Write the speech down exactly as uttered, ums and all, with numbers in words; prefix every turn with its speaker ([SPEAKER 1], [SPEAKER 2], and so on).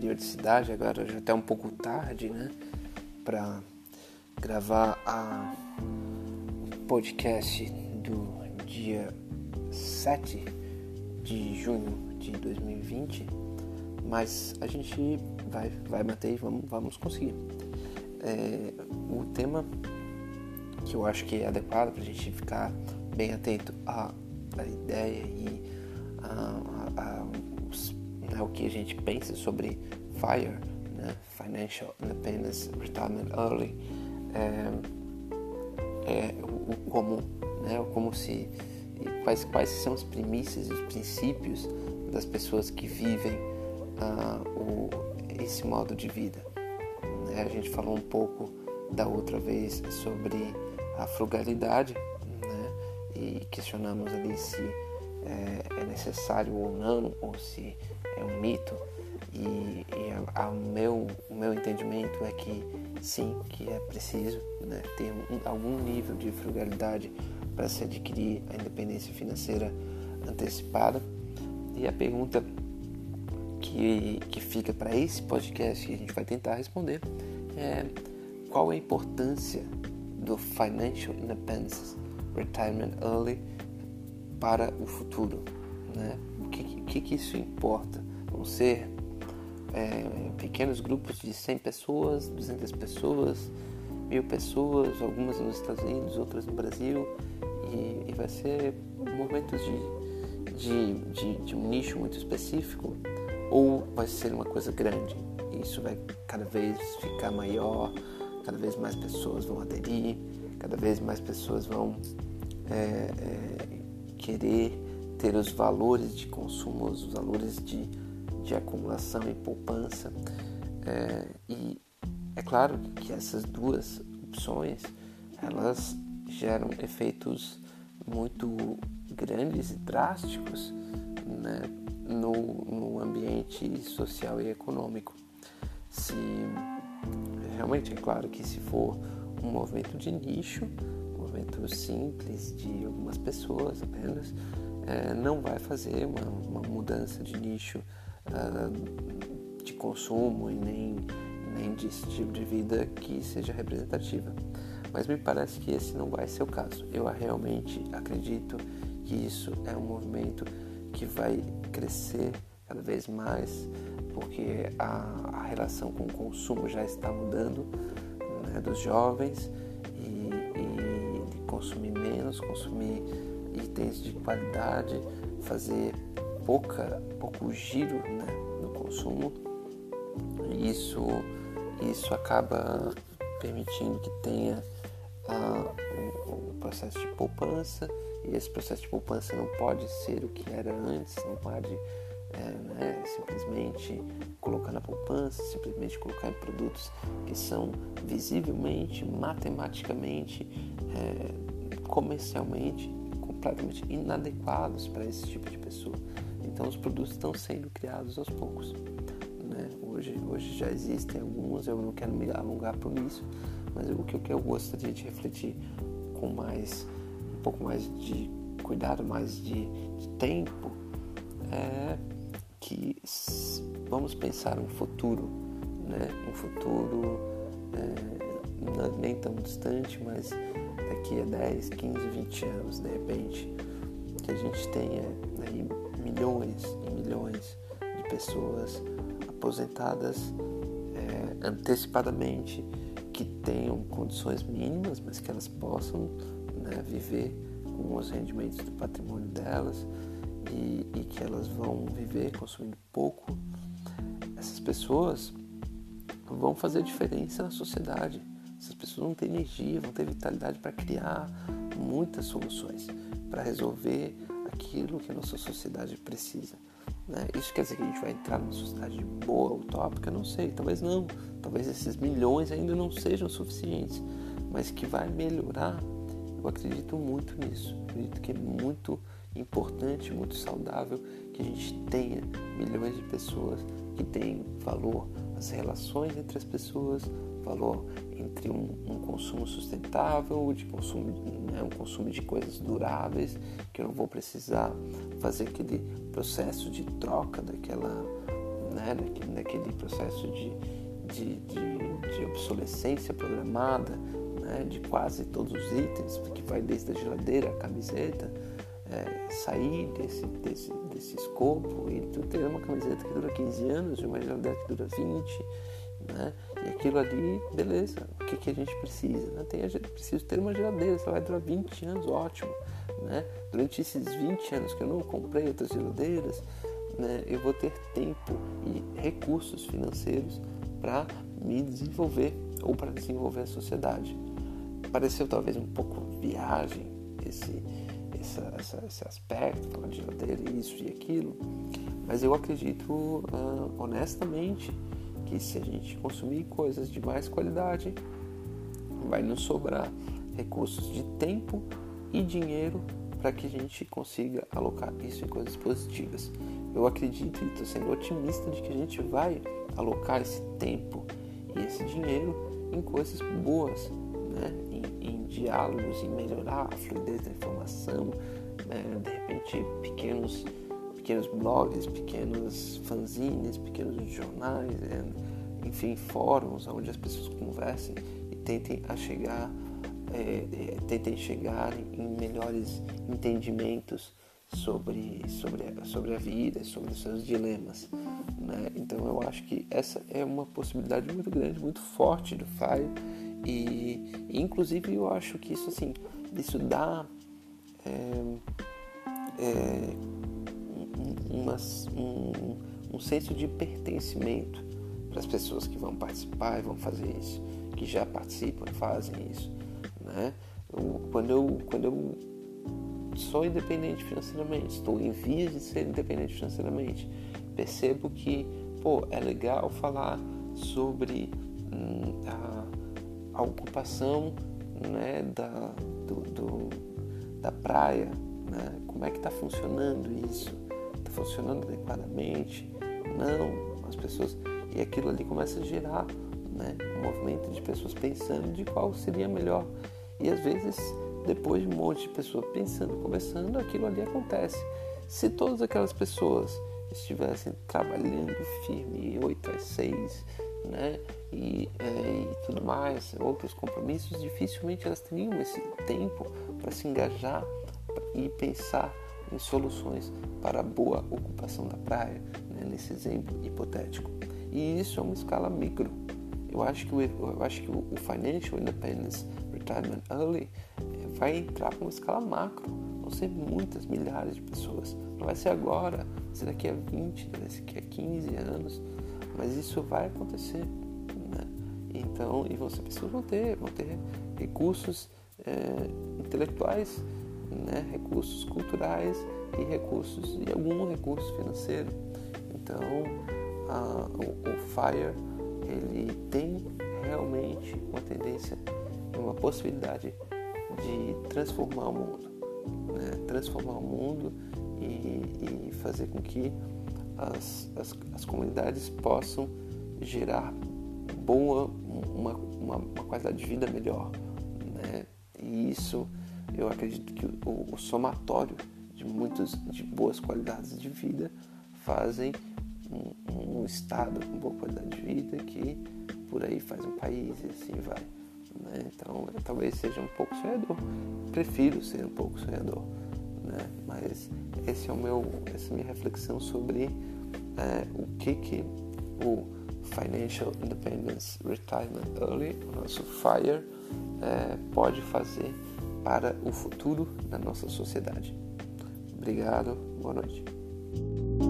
[SPEAKER 1] periodicidade. Agora já está um pouco tarde, né, para gravar a podcast do dia sete de junho de dois mil e vinte, mas a gente vai, vai bater e vamos, vamos conseguir. É, o tema que eu acho que é adequado para a gente ficar bem atento à, à ideia e a, a, a, os, né, o que a gente pensa sobre FIRE, né, Financial Independence Retirement Early, é, é o, o como, né, como se quais, quais são as premissas e os princípios das pessoas que vivem uh, o, esse modo de vida. Né? A gente falou um pouco da outra vez sobre a frugalidade, né? E questionamos ali se é, é necessário ou não, ou se é um mito. E, e a, a meu, o meu entendimento é que sim, que é preciso, né, ter um, algum nível de frugalidade para se adquirir a independência financeira antecipada. E a pergunta que, que fica para esse podcast, que a gente vai tentar responder, é: qual é a importância do Financial Independence Retirement Early para o futuro? Né? O que, que, que isso importa? Vão ser é, pequenos grupos de cem pessoas, duzentas pessoas, mil pessoas, algumas nos Estados Unidos, outras no Brasil, e, e vai ser momentos de, de, de, de um nicho muito específico, ou vai ser uma coisa grande? Isso vai cada vez ficar maior, cada vez mais pessoas vão aderir, cada vez mais pessoas vão é, é, querer ter os valores de consumo, os valores de, de acumulação e poupança. É, e é claro que essas duas opções, elas geram efeitos muito grandes e drásticos, né, no, no ambiente social e econômico. Se realmente é claro que se for um movimento de nicho, um movimento simples de algumas pessoas apenas, é, não vai fazer uma, uma mudança de nicho uh, de consumo e nem, nem de estilo de vida que seja representativa. Mas me parece que esse não vai ser o caso. Eu realmente acredito que isso é um movimento que vai crescer cada vez mais, porque a, a relação com o consumo já está mudando, né, dos jovens, e, e de consumir menos, consumir itens de qualidade, fazer pouca, pouco giro, né, no consumo. E isso, isso acaba permitindo que tenha uh, o, o processo de poupança, e esse processo de poupança não pode ser o que era antes, não pode É, né, simplesmente colocar na poupança, simplesmente colocar em produtos que são visivelmente, matematicamente, é, comercialmente, completamente inadequados para esse tipo de pessoa. Então os produtos estão sendo criados aos poucos, né? Hoje, hoje já existem alguns, eu não quero me alongar por isso, mas o que eu gostaria de refletir com mais, um pouco mais de cuidado, mais de, de tempo, é que vamos pensar um futuro, né? Um futuro é, nem tão distante, mas daqui a dez, quinze, vinte anos, de repente, que a gente tenha aí milhões e milhões de pessoas aposentadas é, antecipadamente, que tenham condições mínimas, mas que elas possam, né, viver com os rendimentos do patrimônio delas, E, e que elas vão viver consumindo pouco. Essas pessoas vão fazer diferença na sociedade. Essas pessoas vão ter energia, vão ter vitalidade para criar muitas soluções, para resolver aquilo que a nossa sociedade precisa, né? Isso quer dizer que a gente vai entrar numa sociedade boa, utópica? Não sei, talvez não. Talvez esses milhões ainda não sejam suficientes, mas que vai melhorar. Eu acredito muito nisso. Eu acredito que é muito importante, muito saudável que a gente tenha milhões de pessoas que têm valor, as relações entre as pessoas, valor entre um, um consumo sustentável, de consumo, né, um consumo de coisas duráveis, que eu não vou precisar fazer aquele processo de troca daquela, né, naquele, naquele processo de, de, de, de obsolescência programada, né, de quase todos os itens, que vai desde a geladeira, a camiseta, é, sair desse, desse, desse escopo e tu ter uma camiseta que dura quinze anos e uma geladeira que dura vinte, né, e aquilo ali, beleza, o que, que a gente precisa? Né? Tem, a gente precisa ter uma geladeira, ela vai durar vinte anos, ótimo, né? Durante esses vinte anos que eu não comprei outras geladeiras, né, eu vou ter tempo e recursos financeiros para me desenvolver ou para desenvolver a sociedade. Pareceu talvez um pouco viagem esse, essa, essa, esse aspecto, falar de geladeira, isso e aquilo, mas eu acredito uh, honestamente que se a gente consumir coisas de mais qualidade, vai nos sobrar recursos de tempo e dinheiro para que a gente consiga alocar isso em coisas positivas. Eu acredito e estou sendo otimista de que a gente vai alocar esse tempo e esse dinheiro em coisas boas, né? em, em diálogos, em melhorar a fluidez da informação, né? De repente pequenos, pequenos blogs, pequenos fanzines, pequenos jornais, enfim, fóruns onde as pessoas conversem e tentem a chegar É, é, tentem chegar em melhores entendimentos sobre, sobre, a, sobre a vida, sobre os seus dilemas, né? Então eu acho que essa é uma possibilidade muito grande, muito forte do Fire e, e inclusive eu acho que isso, assim, isso dá é, é, uma, um, um senso de pertencimento para as pessoas que vão participar e vão fazer isso, que já participam e fazem isso. Né? Eu, quando, eu, quando eu sou independente financeiramente, estou em vias de ser independente financeiramente, percebo que pô, é legal falar sobre hum, a, a ocupação, né, da, do, do, da praia, né? Como é que está funcionando isso? Está funcionando adequadamente? Não, as pessoas... E aquilo ali começa a gerar, né, um movimento de pessoas pensando de qual seria melhor. E às vezes, depois de um monte de pessoas pensando, começando, aquilo ali acontece. Se todas aquelas pessoas estivessem trabalhando firme, oito às seis, né, e, é, e tudo mais, outros compromissos, dificilmente elas teriam esse tempo para se engajar e pensar em soluções para a boa ocupação da praia, né, nesse exemplo hipotético. E isso é uma escala micro. Eu acho que o, eu acho que o Financial Independence Retirement Early vai entrar com uma escala macro. Vão ser muitas, milhares de pessoas. Não vai ser agora, vai ser daqui a vinte, daqui a quinze anos. Mas isso vai acontecer, né? Então, e você, pessoas vão ter, vão ter recursos é, intelectuais, né? Recursos culturais e recursos, e algum recurso financeiro. Então, a, o, o Fire, ele tem realmente uma tendência, uma possibilidade de transformar o mundo, né? Transformar o mundo e, e fazer com que as, as, as comunidades possam gerar boa, uma, uma, uma qualidade de vida melhor, né? E isso, eu acredito que o, o somatório de muitas de boas qualidades de vida fazem um, um estado com boa qualidade de vida que por aí faz um país e assim vai, né? Então eu talvez seja um pouco sonhador, prefiro ser um pouco sonhador, né? Mas esse é o meu, essa é a minha reflexão sobre é, o que que o Financial Independence Retirement Early, o nosso FIRE, é, pode fazer para o futuro da nossa sociedade. Obrigado, boa noite.